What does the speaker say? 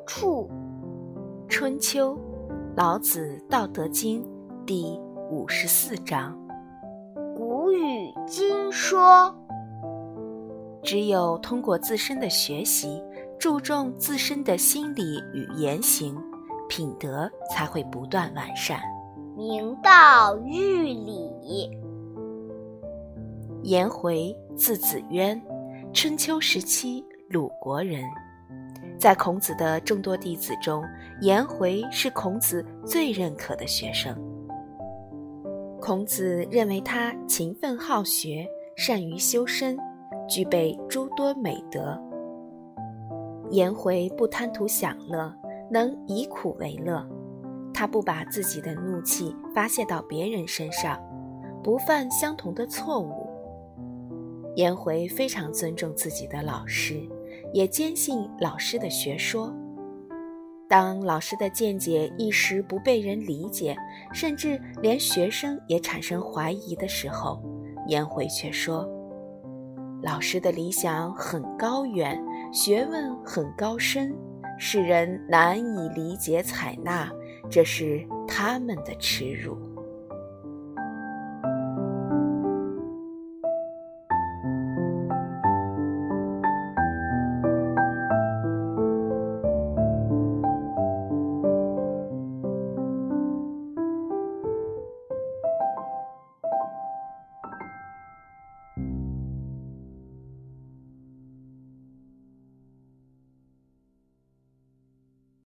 处。 春秋，老子《道德经》第54章。 古语今说， 只有通过自身的学习，注重自身的心理与言行，品德才会不断完善。 明道于理。 颜回，字子渊，春秋时期鲁国人。在孔子的众多弟子中，颜回是孔子最认可的学生。孔子认为他勤奋好学，善于修身，具备诸多美德。颜回不贪图享乐，能以苦为乐。他不把自己的怒气发泄到别人身上，不犯相同的错误。颜回非常尊重自己的老师，也坚信老师的学说。当老师的见解一时不被人理解，甚至连学生也产生怀疑的时候，颜回却说：老师的理想很高远，学问很高深，世人难以理解采纳，这是他们的耻辱。